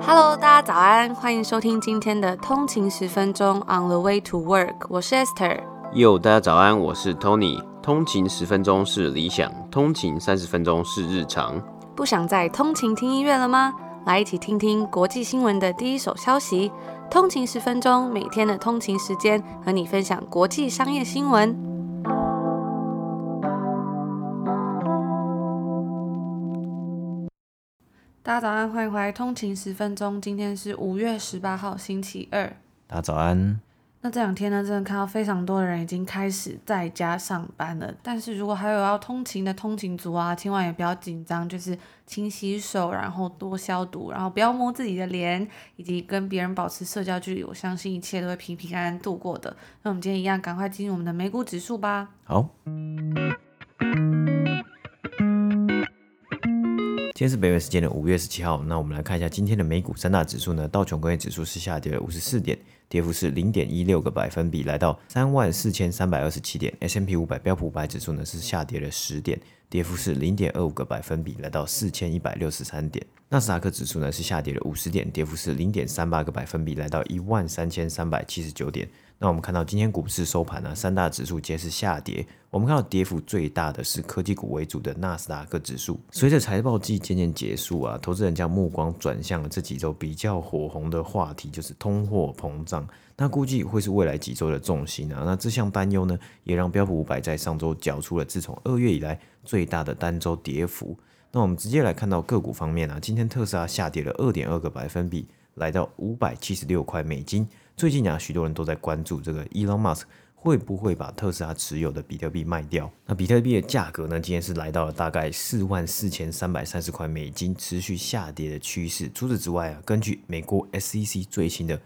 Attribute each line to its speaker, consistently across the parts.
Speaker 1: Hello， 大家早安，欢迎收听今天的通勤10分钟 On the way to work， 我是 Esther。
Speaker 2: 大家早安，我是 Tony。通勤10分钟是理想，通勤30分钟是日常。
Speaker 1: 不想再通勤听音乐了吗？来一起听听国际新闻的第一手消息。通勤10分钟，每天的通勤时间和你分享国际商业新闻。大家早安，欢迎回来通勤10分钟。今天是5月18号，星期二。
Speaker 3: 大家早安。
Speaker 1: 那这两天呢，真的看到非常多的人已经开始在家上班了。但是如果还有要通勤的通勤族啊，千万也不要紧张，就是勤洗手，然后多消毒，然后不要摸自己的脸，以及跟别人保持社交距离。我相信一切都会平平安安度过的。那我们今天一样，赶快进入我们的美股指数吧。
Speaker 3: 好。今天是北美时间的5月17号，那我们来看一下今天的美股三大指数呢。道琼工业指数是下跌了54点，跌幅是 0.16 个百分比，来到34,327点。S&P 500标普500指数呢是下跌了10点，跌幅是 0.25 个百分比，来到4,163点。纳斯达克指数呢是下跌了50点，跌幅是 0.38 个百分比，来到13,379点。那我们看到今天股市收盘呢，三大指数皆是下跌。我们看到跌幅最大的是科技股为主的纳斯达克指数。随着财报季渐渐结束啊，投资人将目光转向了这几周比较火红的话题，就是通货膨胀。那估计会是未来几周的重心啊。那这项担忧呢，也让标普500在上周缴出了自从2月以来最大的单周跌幅。那我们直接来看到个股方面啊，今天特斯拉下跌了 2.2 个百分比，来到576块美金。最近啊，许多人都在关注这个 Elon Musk 会不会把特斯拉持有的比特币卖掉。那比特币的价格呢，今天是来到了大概44,330块美金，持续下跌的趋势。除此之外啊，根据美国 SEC 最新的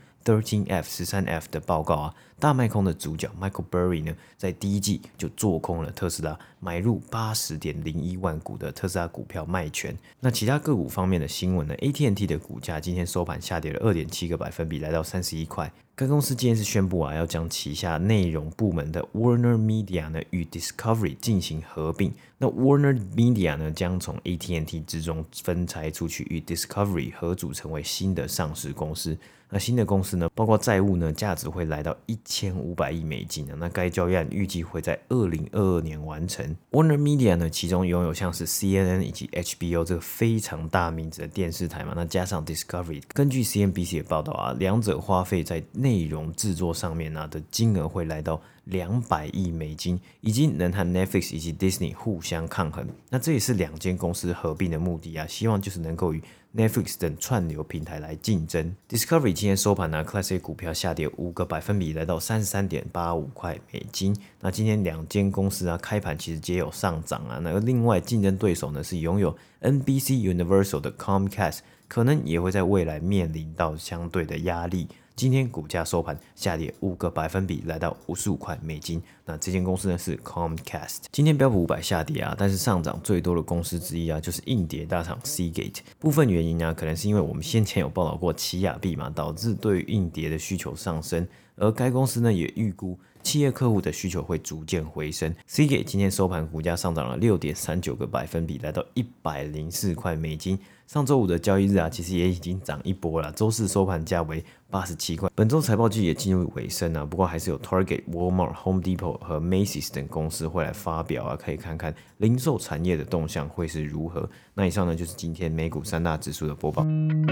Speaker 3: 13F 的报告啊，大卖空的主角 Michael Burry 呢，在第一季就做空了特斯拉，买入 80.01 万股的特斯拉股票卖权。那其他个股方面的新闻呢， AT&T 的股价今天收盘下跌了 2.7 个百分比，来到31块。该公司今天是宣布啊，要将旗下内容部门的 Warner Media 呢与 Discovery 进行合并。那 Warner Media 呢将从 AT&T 之中分拆出去，与 Discovery 合组成为新的上市公司。那新的公司呢，包括债务呢，价值会来到1500亿美金啊。那该交易案预计会在2022年完成。Warner Media 呢，其中拥有像是 CNN 以及 HBO 这个非常大名字的电视台嘛，那加上 Discovery， 根据 CNBC 的报道啊，两者花费在内容制作上面的金额会来到200亿美金，已经能和 Netflix 以及 Disney 互相抗衡。那这也是两间公司合并的目的啊，希望就是能够与 Netflix 等串流平台来竞争。Discovery 今天收盘呢 ，Class A 股票下跌5个百分比，来到33.85块美金。那今天两间公司啊，开盘其实皆有上涨啊。那另外竞争对手呢是拥有 NBC Universal 的 Comcast， 可能也会在未来面临到相对的压力。今天股价收盘下跌5个百分比，来到55块美金。那这间公司呢是 Comcast。今天标普500下跌啊，但是上涨最多的公司之一啊，就是硬碟大厂 Seagate。部分原因啊，可能是因为我们先前有报道过奇亚币嘛，导致对于硬碟的需求上升，而该公司呢也预估企业客户的需求会逐渐回升。Seagate 今天收盘股价上涨了 6.39 个百分比，来到104块美金。上周五的交易日啊，其实也已经涨一波了，周四收盘价为87块。本周财报季也进入尾声啊，不过还是有 Target、Walmart、Home Depot 和 Macy's 等公司会来发表啊，可以看看零售产业的动向会是如何。那以上呢就是今天美股三大指数的播报。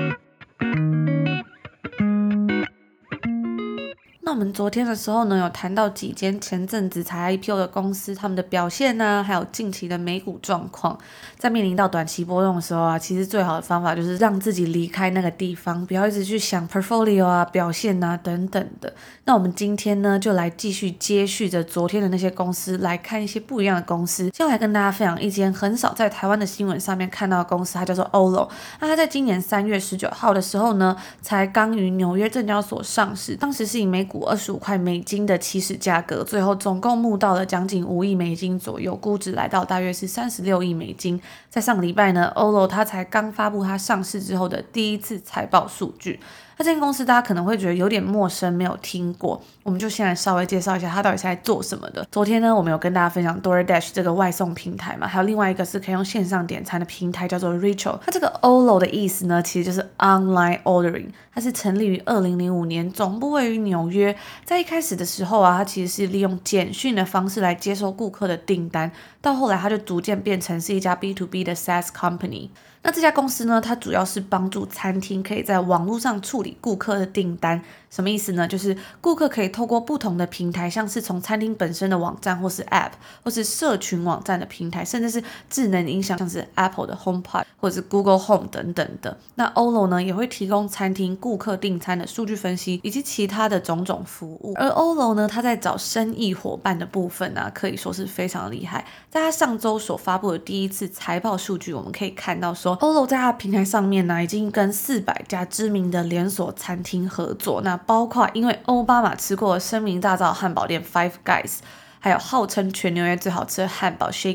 Speaker 1: 那我们昨天的时候呢，有谈到几间前阵子才 IPO 的公司，他们的表现呢，还有近期的美股状况。在面临到短期波动的时候啊，其实最好的方法就是让自己离开那个地方，不要一直去想 portfolio 啊、表现啊等等的。那我们今天呢，就来继续接续着昨天的那些公司，来看一些不一样的公司。接下来跟大家分享一间很少在台湾的新闻上面看到的公司，它叫做 Olo。那它在今年3月19号的时候呢，才刚于纽约证交所上市，当时是以每股25块美金的起始价格，最后总共募到了将近5亿美金左右，估值来到大约是36亿美金。在上个礼拜呢 ，Olo 它才刚发布它上市之后的第一次财报数据。 那这间公司大家可能会觉得有点陌生，没有听过，我们就先来稍微介绍一下它到底是在做什么的。昨天呢，我们有跟大家分享 DoorDash 这个外送平台嘛，还有另外一个是可以用线上点餐的平台叫做 Rachel。它这个 OLO 的意思呢，其实就是 Online Ordering， 它是成立于2005年，总部位于纽约。在一开始的时候啊，它其实是利用简讯的方式来接收顾客的订单，到后来它就逐渐变成是一家 B2B 的 SaaS company。那这家公司呢，它主要是帮助餐厅可以在网络上处理顾客的订单。什么意思呢？就是顾客可以透过不同的平台，像是从餐厅本身的网站，或是 App， 或是社群网站的平台，甚至是智能音响，像是 Apple 的 HomePod 或者是 Google Home 等等的。那 OLO 呢，也会提供餐厅顾客订餐的数据分析，以及其他的种种服务。而 OLO 呢，它在找生意伙伴的部分啊，可以说是非常厉害。在它上周所发布的第一次财报数据，我们可以看到说 OLO 在它的平台上面呢，已经跟400家知名的连锁餐厅合作。那包括因为奥巴马吃过声名大噪的汉堡店 Five Guys， 还有号称全纽约最好吃的汉堡 Shake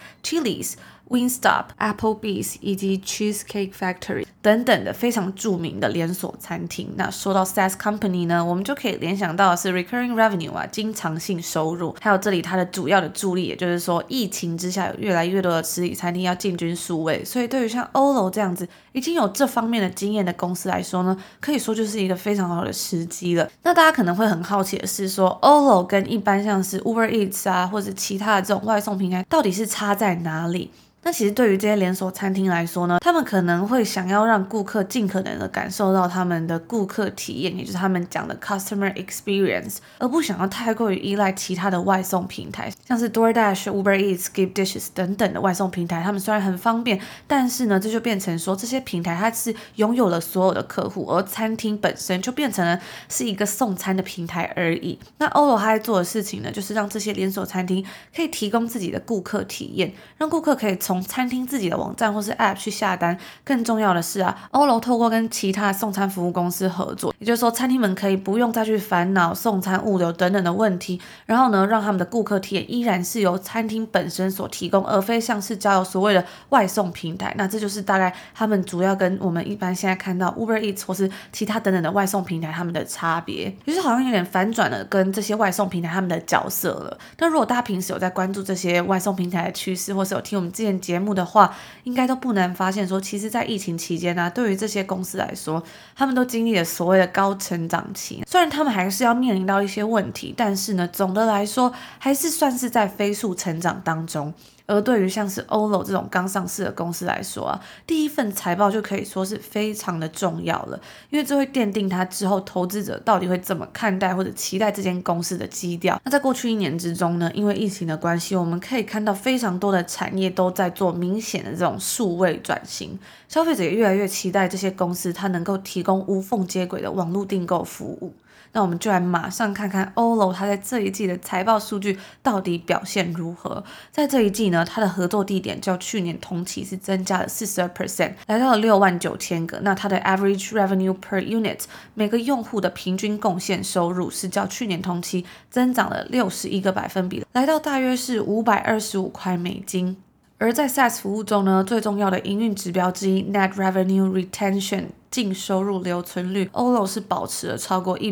Speaker 1: Shack、Chili's、Wingstop、Applebee's 以及 Cheesecake Factory 等等的非常著名的连锁餐厅。那说到 SaaS Company 呢，我们就可以联想到的是 Recurring Revenue 啊，经常性收入，还有这里它的主要的助力，也就是说疫情之下有越来越多的实体餐厅要进军数位，所以对于像 OLO 这样子已经有这方面的经验的公司来说呢，可以说就是一个非常好的时机了。那大家可能会很好奇的是说 OLO 跟一般像是 Uber Eats 啊，或者其他的这种外送平台到底是差在哪里？那其实对于这些连锁餐厅来说呢，他们可能会想要让顾客尽可能的感受到他们的顾客体验，也就是他们讲的 customer experience， 而不想要太过于依赖其他的外送平台，像是 DoorDash、Uber Eats、SkipDishes 等等的外送平台，他们虽然很方便，但是呢，这就变成说这些平台它是拥有了所有的客户，而餐厅本身就变成了是一个送餐的平台而已。那 OLO 它在做的事情呢，就是让这些连锁餐厅可以提供自己的顾客体验，让顾客可以从餐厅自己的网站或是 App 去下单。更重要的是啊 ，OLO 透过跟其他送餐服务公司合作，也就是说餐厅们可以不用再去烦恼送餐物流等等的问题，然后呢，让他们的顾客体验依然是由餐厅本身所提供，而非像是交由所谓的外送平台。那这就是大概他们主要跟我们一般现在看到 Uber Eats 或是其他等等的外送平台他们的差别，就是好像有点反转了跟这些外送平台他们的角色了。那如果大家平时有在关注这些外送平台的趋势，或是有听我们之前节目的话，应该都不难发现说，其实在疫情期间啊，对于这些公司来说，他们都经历了所谓的高成长期。虽然他们还是要面临到一些问题，但是呢，总的来说还是算是在飞速成长当中。而对于像是 OLO 这种刚上市的公司来说啊，第一份财报就可以说是非常的重要了，因为这会奠定它之后投资者到底会怎么看待或者期待这间公司的基调。那在过去1年之中呢，因为疫情的关系，我们可以看到非常多的产业都在做明显的这种数位转型，消费者也越来越期待这些公司它能够提供无缝接轨的网络订购服务。那我们就来马上看看 OLO 它在这一季的财报数据到底表现如何。在这一季呢，它的合作地点较去年同期是增加了 42%， 来到了69000个。那它的 average revenue per unit 每个用户的平均贡献收入是较去年同期增长了61个百分比，来到大约是525块美金。而在 SaaS 服务中呢，最重要的营运指标之一 Net Revenue Retention 净收入留存率 OLO 是保持了超过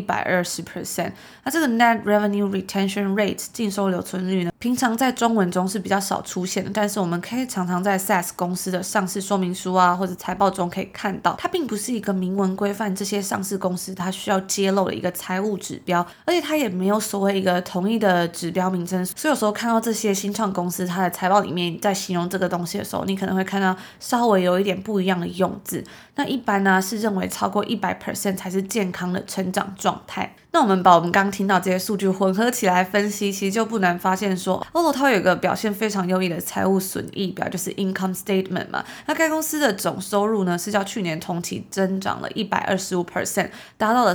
Speaker 1: 120%。 那这个 Net Revenue Retention Rate 净收入留存率呢，平常在中文中是比较少出现的，但是我们可以常常在 SaaS 公司的上市说明书啊或者财报中可以看到，它并不是一个明文规范这些上市公司它需要揭露的一个财务指标，而且它也没有所谓一个统一的指标名称，所以有时候看到这些新创公司它的财报里面在形容这个东西的时候，你可能会看到稍微有一点不一样的用字。那一般呢是认为超过 100% 才是健康的成长状态。那我们把我们刚刚听到这些数据混合起来分析，其实就不难发现说 OLO 它有一个表现非常优异的财务损益表，就是 income statement 嘛。那该公司的总收入呢是较去年同期增长了 125%， 达到了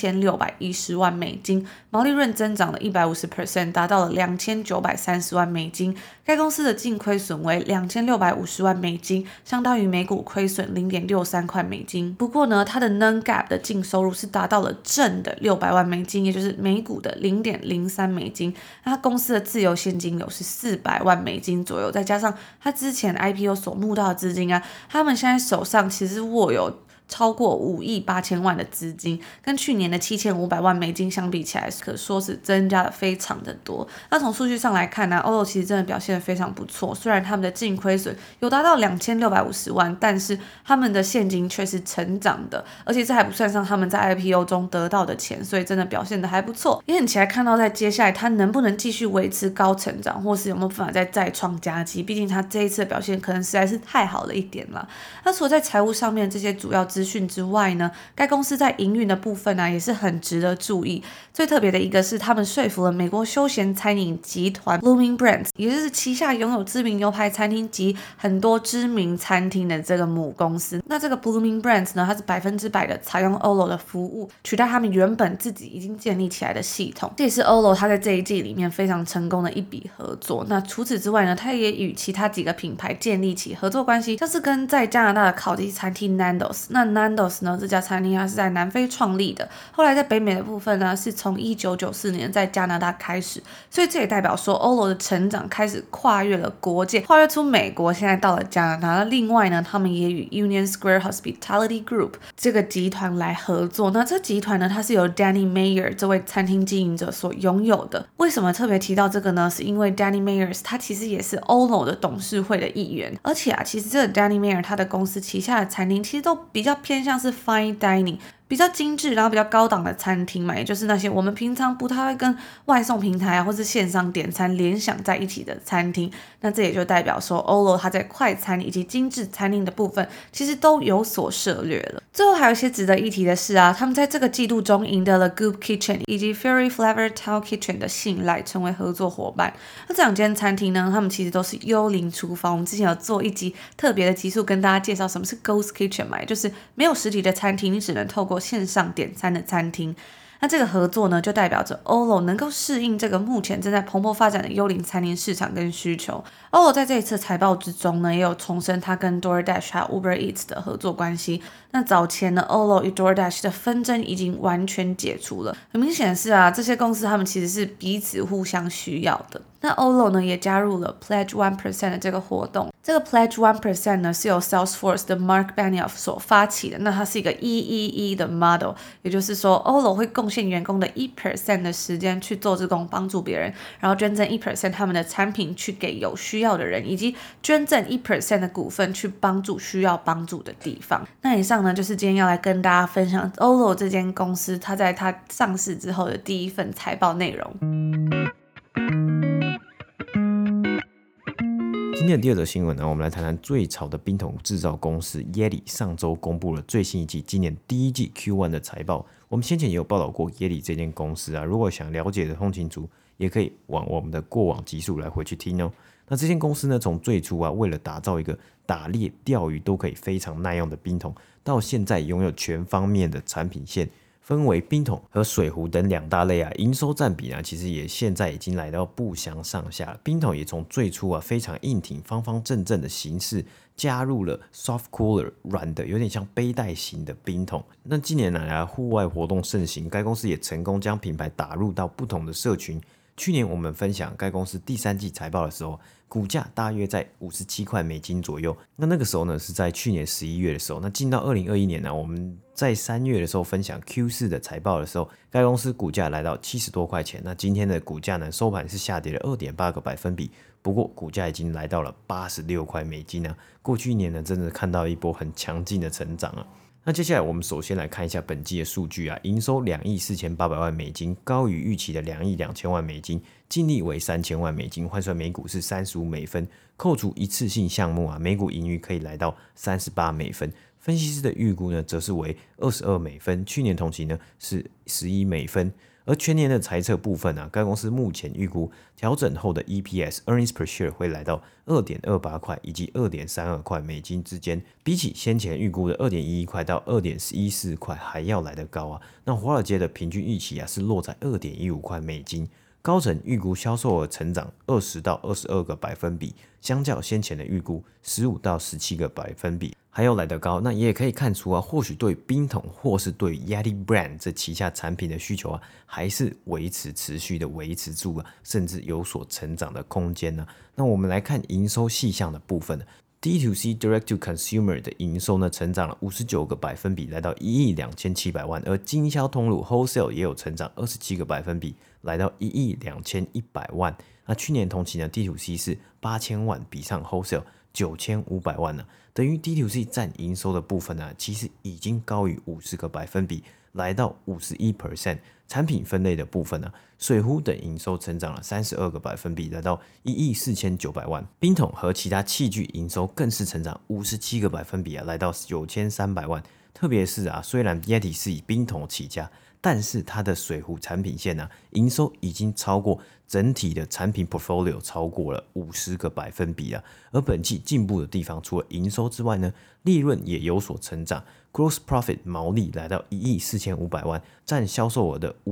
Speaker 1: 3610万美金，毛利润增长了 150%， 达到了2930万美金。该公司的净亏损为2650万美金，相当于每股亏损 0.63 块美金。不过呢，它的 non-GAAP 的净收入是达到了正的600万美金，也就是每股的 0.03 美金。那它公司的自由现金流是400万美金左右，再加上它之前 IPO 所募到的资金啊，他们现在手上其实握有超过5亿8千万的资金，跟去年的7500万美金相比起来，可说是增加了非常的多。那从数据上来看呢，Olo 其实真的表现得非常不错，虽然他们的净亏损有达到2650万，但是他们的现金却是成长的，而且这还不算上他们在 IPO 中得到的钱，所以真的表现得还不错。也很期待看到在接下来他能不能继续维持高成长，或是有没有办法再创佳绩，毕竟他这一次的表现可能实在是太好了一点了。那除了在财务上面这些主要资讯之外呢，该公司在营运的部分也是很值得注意。最特别的一个是他们说服了美国休闲餐饮集团 Bloomin' Brands， 也就是旗下拥有知名牛排餐厅及很多知名餐厅的这个母公司。那这个 Bloomin' Brands 呢，它是100%的采用 Olo 的服务，取代他们原本自己已经建立起来的系统。这也是 Olo 它在这一季里面非常成功的一笔合作。那除此之外呢，它也与其他几个品牌建立起合作关系，像是跟在加拿大的烤鸡餐厅 Nando's。那 Nando's 呢，这家餐厅它是在南非创立的，后来在北美的部分呢，是从1994年在加拿大开始，所以这也代表说 Olo 的成长开始跨越了国界，跨越出美国，现在到了加拿大。那另外呢，他们也与 Union Square Hospitality Group 这个集团来合作。那这集团呢，它是由 Danny Meyer 这位餐厅经营者所拥有的。为什么特别提到这个呢？是因为 Danny Meyer 他其实也是 Olo 的董事会的一员，而且其实这个 Danny Meyer 他的公司旗下的餐厅其实都比较偏向是 fine dining，比较精致，然后比较高档的餐厅嘛，也就是那些我们平常不太会跟外送平台或是线上点餐联想在一起的餐厅。那这也就代表说 Olo 它在快餐以及精致餐厅的部分其实都有所涉略了。最后还有一些值得一提的是他们在这个季度中赢得了 Goop Kitchen 以及 Fairy Flavor Town Kitchen 的信赖，成为合作伙伴。那这两间餐厅呢，他们其实都是幽灵厨房。我们之前有做一集特别的集数跟大家介绍什么是 Ghost Kitchen 嘛，也就是没有实体的餐厅，你只能透过线上点餐的餐厅。那这个合作呢，就代表着 Olo 能够适应这个目前正在蓬勃发展的幽灵餐厅市场跟需求。Olo 在这一次财报之中呢，也有重申它跟 DoorDash 还有 Uber Eats 的合作关系。那早前呢 Olo 与 DoorDash 的纷争已经完全解除了，很明显的是这些公司他们其实是彼此互相需要的。那 Olo 呢也加入了 Pledge 1% 的这个活动。这个 Pledge 1% 呢是由 Salesforce 的 Mark Benioff 所发起的，那它是一个111的 model， 也就是说 Olo 会贡献员工的 1% 的时间去做志工帮助别人，然后捐赠 1% 他们的产品去给有需要的人，以及捐赠 1% 的股份去帮助需要帮助的地方。那以上呢就是今天要来跟大家分享 Olo 这间公司它在它上市之后的第一份财报内容。
Speaker 3: 今天的第二则新闻呢，我们来谈谈最潮的冰桶制造公司 Yeti 上周公布了最新一季今年第一季 Q1 的财报。我们先前也有报道过 Yeti 这间公司如果想了解的通勤族也可以往我们的过往集数来回去听哦。那这间公司呢，从最初为了打造一个打猎钓鱼都可以非常耐用的冰桶，到现在拥有全方面的产品线，分为冰桶和水壶等两大类营收占比其实也现在已经来到不相上下。冰桶也从最初非常硬挺方方正正的形式，加入了 soft cooler 软的有点像背带型的冰桶。那近年来户外活动盛行，该公司也成功将品牌打入到不同的社群。去年我们分享该公司第三季财报的时候，股价大约在57块美金左右。那个时候呢是在去年11月的时候。那进到2021年呢，我们在3月的时候分享 Q4 的财报的时候，该公司股价来到70多块钱。那今天的股价呢收盘是下跌了 2.8 个百分比，不过股价已经来到了86块美金过去一年呢真的看到一波很强劲的成长那接下来我们首先来看一下本季的数据营收2亿4800万美金，高于预期的2亿2000万美金，净利为3000万美金，换算每股是35美分，扣除一次性项目每股盈余可以来到38美分。分析师的预估呢则是为22美分，去年同期呢是11美分。而全年的财测部分该公司目前预估调整后的 EPS earnings per share 会来到 2.28 块以及 2.32 块美金之间，比起先前预估的 2.11 块到 2.14 块还要来得高那华尔街的平均预期是落在 2.15 块美金。高层预估销售额成长20到22个百分比，相较先前的预估15到17个百分比还要来得高。那也可以看出或许对冰桶或是对 Yeti Brand 这旗下产品的需求还是持续的维持住甚至有所成长的空间那我们来看营收细项的部分 D2C Direct to Consumer 的营收呢成长了59个百分比，来到1亿2700万，而经销通路 Wholesale 也有成长27个百分比，来到1亿2100万。那去年同期呢 D2C 是8000万，比上 Wholesale 9500万呢，等于 D2C 占营收的部分呢，其实已经高于50个百分比，来到51%。产品分类的部分呢，水壶等营收成长了32个百分比，来到1亿4900万。冰桶和其他器具营收更是成长57个百分比来到9300万。特别是虽然 Yeti 是以冰桶起家，但是它的水壶产品线营收已经超过整体的产品 portfolio 超过了50个百分比了。而本季进步的地方，除了营收之外呢，利润也有所成长。Gross profit 毛利来到1亿4500万，占销售额的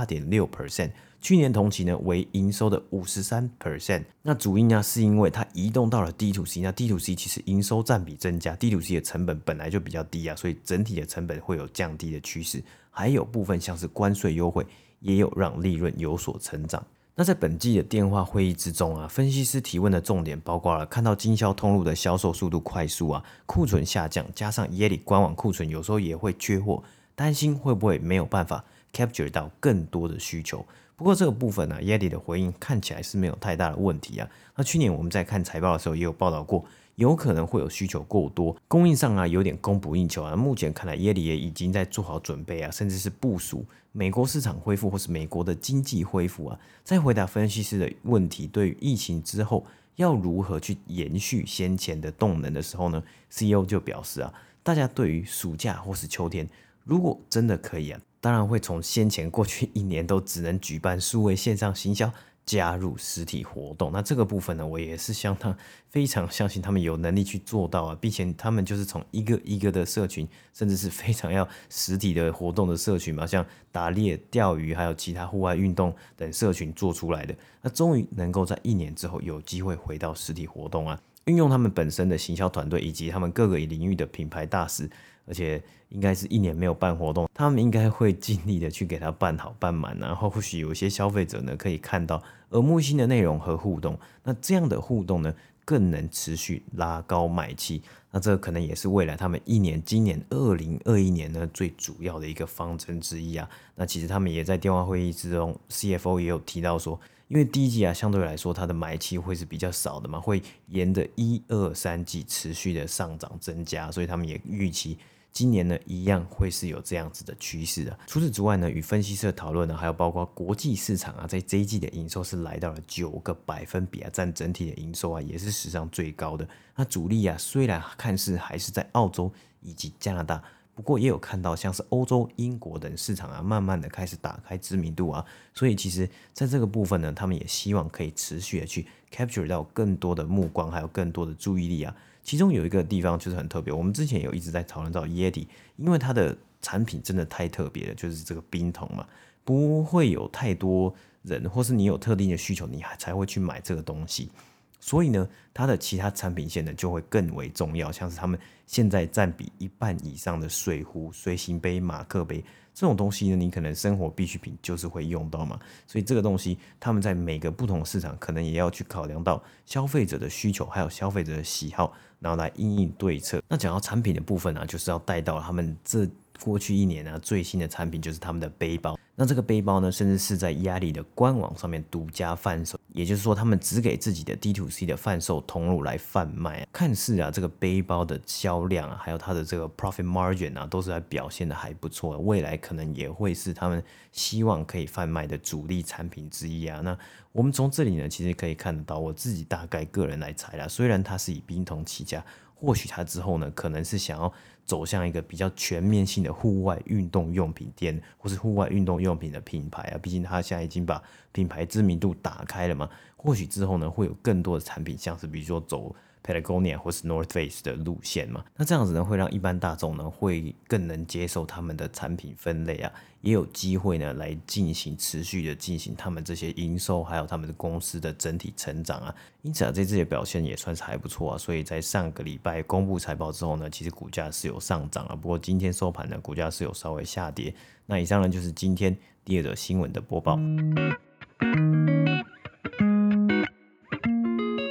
Speaker 3: 58.6%， 去年同期呢为营收的 53%。那主因是因为它移动到了 D2C， 那 D2C 其实营收占比增加， D2C 的成本本来就比较低所以整体的成本会有降低的趋势，还有部分像是关税优惠也有让利润有所成长。那在本季的电话会议之中分析师提问的重点包括了看到经销通路的销售速度快速库存下降，加上 Yeti 官网库存有时候也会缺货，担心会不会没有办法 capture 到更多的需求。不过这个部分Yeti 的回应看起来是没有太大的问题那去年我们在看财报的时候也有报道过，有可能会有需求过多，供应上有点供不应求目前看来 Yeti 也已经在做好准备甚至是部署美国市场恢复或是美国的经济恢复在回答分析师的问题，对于疫情之后要如何去延续先前的动能的时候呢， CEO 就表示大家对于暑假或是秋天如果真的可以当然会从先前过去1年都只能举办数位线上行销加入实体活动。那这个部分呢，我也是非常相信他们有能力去做到并且他们就是从一个一个的社群，甚至是非常要实体的活动的社群像打猎、钓鱼还有其他户外运动等社群做出来的，那终于能够在1年之后有机会回到实体活动运用他们本身的行销团队以及他们各个领域的品牌大使，而且应该是1年没有办活动，他们应该会尽力的去给他办好办满然后或许有些消费者呢可以看到耳目一新的内容和互动，那这样的互动呢更能持续拉高买气，那这可能也是未来他们今年2021年呢最主要的一个方针之一那其实他们也在电话会议之中 CFO 也有提到说，因为第一季相对来说它的买气会是比较少的嘛，会沿着1、2、3季持续的上涨增加，所以他们也预期今年呢一样会是有这样子的趋势除此之外呢，与分析师的讨论还有包括国际市场在这一季的营收是来到了9个百分比占整体的营收也是史上最高的。那主力虽然看似还是在澳洲以及加拿大，不过也有看到像是欧洲、英国等市场慢慢的开始打开知名度所以其实在这个部分呢，他们也希望可以持续的去 capture 到更多的目光还有更多的注意力其中有一个地方就是很特别，我们之前有一直在讨论到 Yeti， 因为它的产品真的太特别了，就是这个冰桶嘛，不会有太多人或是你有特定的需求你才会去买这个东西，所以呢它的其他产品线呢就会更为重要，像是他们现在占比1半以上的水壶、随行杯、马克杯这种东西呢，你可能生活必需品就是会用到嘛，所以这个东西他们在每个不同的市场可能也要去考量到消费者的需求还有消费者的喜好，然后来因应对策。那讲到产品的部分就是要带到他们这过去1年最新的产品就是他们的背包。那这个背包呢，甚至是在Yeti的官网上面独家贩售，也就是说他们只给自己的 D2C 的贩售通路来贩卖看似这个背包的销量还有它的这个 profit margin都是在表现的还不错，未来可能也会是他们希望可以贩卖的主力产品之一那我们从这里呢其实可以看得到，我自己大概个人来猜虽然它是以冰桶起家，或许他之后呢可能是想要走向一个比较全面性的户外运动用品店或是户外运动用品的品牌毕竟他现在已经把品牌知名度打开了嘛，或许之后呢会有更多的产品，像是比如说走 Patagonia 或是 North Face 的路线嘛，那这样子呢会让一般大众呢会更能接受他们的产品分类也有机会呢来持续的进行他们这些营收还有他们的公司的整体成长因此这次的表现也算是还不错所以在上个礼拜公布财报之后呢，其实股价是有上涨不过今天收盘呢股价是有稍微下跌。那以上呢就是今天第2则新闻的播报。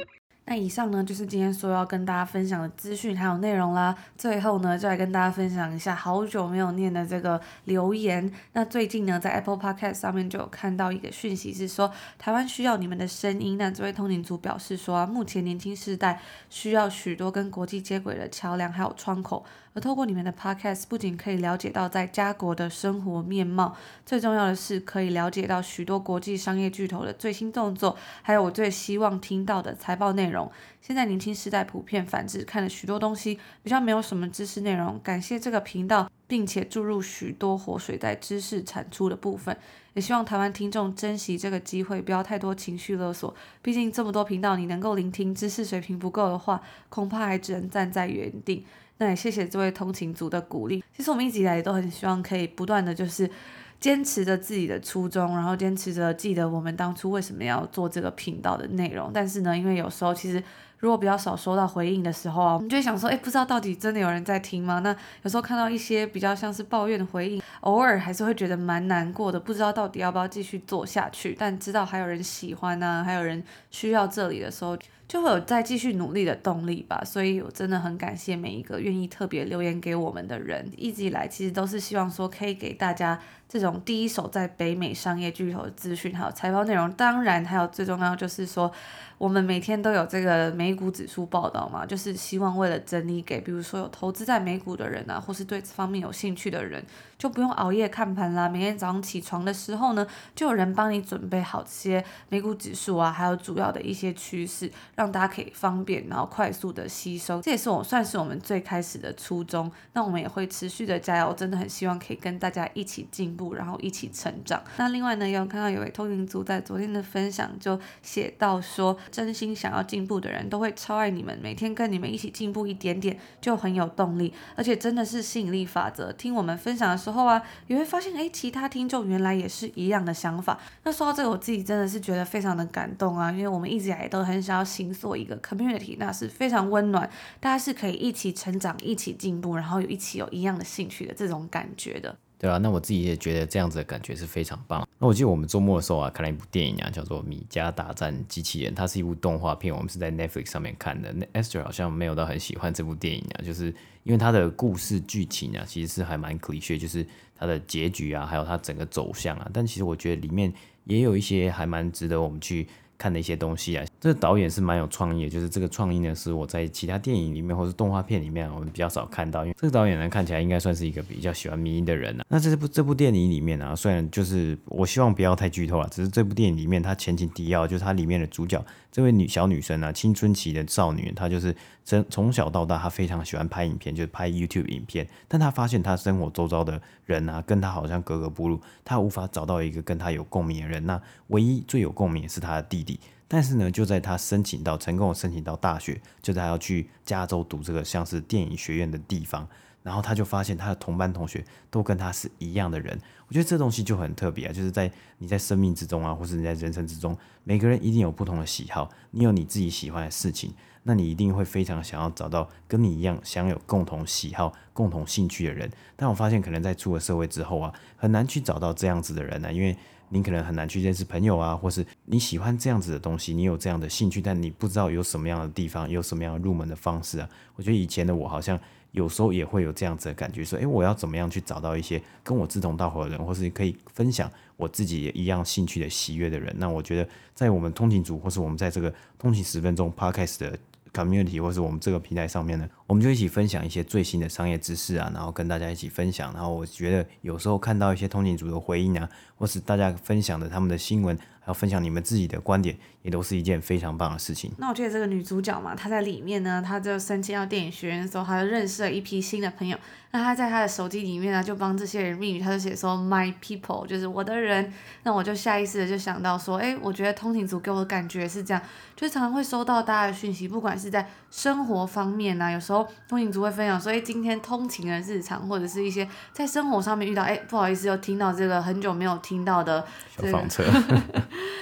Speaker 1: 那以上呢就是今天所有要跟大家分享的资讯还有内容啦。最后呢就来跟大家分享一下好久没有念的这个留言。那最近呢在 Apple Podcast 上面就有看到一个讯息是说台湾需要你们的声音。那这位通勤族表示说目前年轻世代需要许多跟国际接轨的桥梁还有窗口，而透过你们的 Podcast 不仅可以了解到在家国的生活面貌，最重要的是可以了解到许多国际商业巨头的最新动作，还有我最希望听到的财报内容。现在年轻世代普遍反制看了许多东西，比较没有什么知识内容，感谢这个频道，并且注入许多活水在知识产出的部分。也希望台湾听众珍惜这个机会，不要太多情绪勒索，毕竟这么多频道你能够聆听，知识水平不够的话，恐怕还只能站在原地。那也谢谢这位通勤族的鼓励。其实我们一直以来也都很希望可以不断的就是坚持着自己的初衷，然后坚持着记得我们当初为什么要做这个频道的内容。但是呢，因为有时候其实如果比较少收到回应的时候啊，我们就会想说不知道到底真的有人在听吗？那有时候看到一些比较像是抱怨的回应，偶尔还是会觉得蛮难过的，不知道到底要不要继续做下去。但知道还有人喜欢啊，还有人需要这里的时候，就会有再继续努力的动力吧。所以我真的很感谢每一个愿意特别留言给我们的人。一直以来其实都是希望说可以给大家这种第一手在北美商业巨头的资讯还有财报内容，当然还有最重要就是说我们每天都有这个美股指数报道嘛，就是希望为了整理给比如说有投资在美股的人啊，或是对这方面有兴趣的人，就不用熬夜看盘啦，每天早上起床的时候呢，就有人帮你准备好这些美股指数啊，还有主要的一些趋势，让大家可以方便然后快速的吸收。这也是算是我们最开始的初衷。那我们也会持续的加油，真的很希望可以跟大家一起进步，然后一起成长。那另外呢，也有看到有位通勤族在昨天的分享就写到说，真心想要进步的人都会超爱你们，每天跟你们一起进步一点点就很有动力，而且真的是吸引力法则。听我们分享的时候啊，也会发现其他听众原来也是一样的想法。那说到这个，我自己真的是觉得非常的感动啊，因为我们一直以来都很想要形塑一个 community， 那是非常温暖，大家是可以一起成长一起进步，然后一起有一样的兴趣的这种感觉的。
Speaker 3: 对啊，那我自己也觉得这样子的感觉是非常棒。那我记得我们周末的时候啊，看了一部电影啊，叫做《米家大战机器人》，它是一部动画片，我们是在 Netflix 上面看的。那 Esther 好像没有到很喜欢这部电影啊，就是因为它的故事剧情啊，其实是还蛮 cliché， 就是它的结局啊，还有它整个走向啊。但其实我觉得里面也有一些还蛮值得我们去看的一些东西啊。这个导演是蛮有创意的，就是这个创意呢是我在其他电影里面或是动画片里面我们比较少看到，因为这个导演呢看起来应该算是一个比较喜欢迷因的人啊。那这部电影里面啊，虽然就是我希望不要太剧透了，只是这部电影里面它前情提要就是它里面的主角这位小女生啊，青春期的少女，她就是从小到大她非常喜欢拍影片，就是拍 YouTube 影片，但她发现她生活周遭的人啊跟她好像格格不入，她无法找到一个跟她有共鸣的人，那唯一最有共鸣的是她的弟弟。但是呢，就在他成功的申请到大学，就在他要去加州读这个像是电影学院的地方，然后他就发现他的同班同学都跟他是一样的人。我觉得这东西就很特别啊，就是你在生命之中啊，或是你在人生之中，每个人一定有不同的喜好，你有你自己喜欢的事情，那你一定会非常想要找到跟你一样享有共同喜好、共同兴趣的人。但我发现可能在出了社会之后啊，很难去找到这样子的人啊，因为你可能很难去认识朋友啊，或是你喜欢这样子的东西，你有这样的兴趣，但你不知道有什么样的地方，有什么样的入门的方式啊。我觉得以前的我好像有时候也会有这样子的感觉，说我要怎么样去找到一些跟我志同道合的人，或是可以分享我自己也一样兴趣的喜悦的人。那我觉得在我们通勤组，或是我们在这个通勤10分钟 Podcast 的community 或是我们这个平台上面呢，我们就一起分享一些最新的商业知识啊，然后跟大家一起分享。然后我觉得有时候看到一些通勤组的回应啊，或是大家分享的他们的新闻，还有分享你们自己的观点，也都是一件非常棒的事情。
Speaker 1: 那我觉得这个女主角嘛，她在里面呢，她就申请到电影学院的时候，她就认识了一批新的朋友。那她在她的手机里面呢，就帮这些人命名，她就写说 My people， 就是我的人。那我就下意识的就想到说，我觉得通勤组给我的感觉是这样，就是常常会收到大家的讯息，不管是在生活方面啊，有时候通勤组会分享说，今天通勤的日常，或者是一些在生活上面遇到，不好意思，又听到这个很久没有听到的
Speaker 3: 小房车。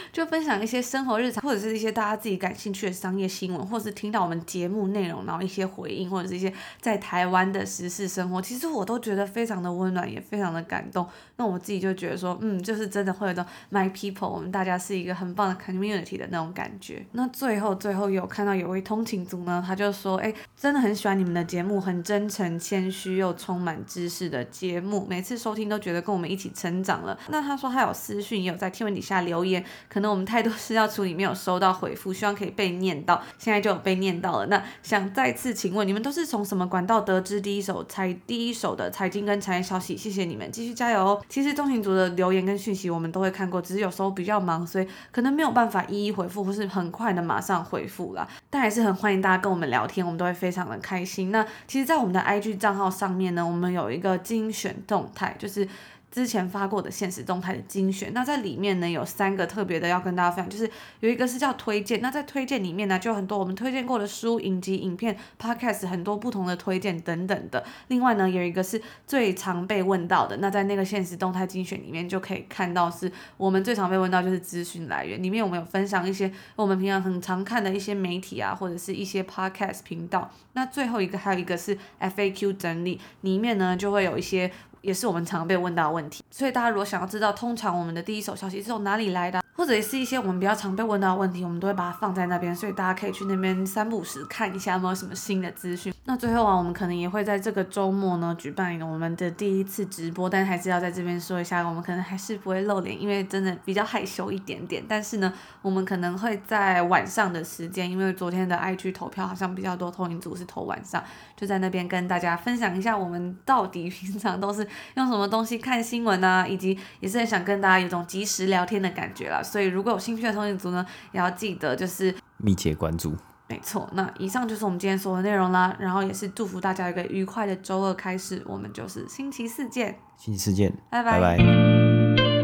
Speaker 1: 就分享一些生活日常，或者是一些大家自己感兴趣的商业新闻，或是听到我们节目内容，然后一些回应，或者是一些在台湾的时事生活，其实我都觉得非常的温暖，也非常的感动。那我自己就觉得说，就是真的会有种 my people， 我们大家是一个很棒的 community 的那种感觉。那最后有看到有位通勤族呢，他就说，真的很喜欢你们的节目，很真诚、谦虚又充满知识的节目，每次收听都觉得跟我们一起成长了。那他说他有私讯，也有在贴文底下留言，可能我们太多事要处理，没有收到回复，希望可以被念到，现在就有被念到了。那想再次请问，你们都是从什么管道得知第一手的财经跟产业消息？谢谢你们，继续加油哦。其实通勤族的留言跟讯息我们都会看过，只是有时候比较忙，所以可能没有办法一一回复，或是很快的马上回复啦。但还是很欢迎大家跟我们聊天，我们都会非常的开心。那其实在我们的 IG 账号上面呢，我们有一个精选动态，就是之前发过的限时动态的精选。那在里面呢有3个特别的要跟大家分享，就是有一个是叫推荐，那在推荐里面呢就有很多我们推荐过的书、影集、影片、podcast 很多不同的推荐等等的。另外呢有一个是最常被问到的，那在那个限时动态精选里面就可以看到是我们最常被问到就是资讯来源，里面我们有分享一些我们平常很常看的一些媒体啊，或者是一些 podcast 频道。那最后还有一个是 FAQ 整理，里面呢就会有一些也是我们常被问到的问题，所以大家如果想要知道通常我们的第一手消息是从哪里来的，或者也是一些我们比较常被问到的问题，我们都会把它放在那边，所以大家可以去那边3不5时看一下有没有什么新的资讯。那最后我们可能也会在这个周末呢举办我们的第1次直播，但还是要在这边说一下，我们可能还是不会露脸，因为真的比较害羞一点点。但是呢我们可能会在晚上的时间，因为昨天的 IG 投票好像比较多通勤族是投晚上，就在那边跟大家分享一下我们到底平常都是用什么东西看新闻啊，以及也是很想跟大家有种即时聊天的感觉啦。所以如果有兴趣的通勤族呢，也要记得就是
Speaker 3: 密切关注。
Speaker 1: 没错，那以上就是我们今天所有的内容啦，然后也是祝福大家有一个愉快的周2开始，我们就是星期4见，
Speaker 3: 星期4见，
Speaker 1: 拜拜。
Speaker 3: 拜拜。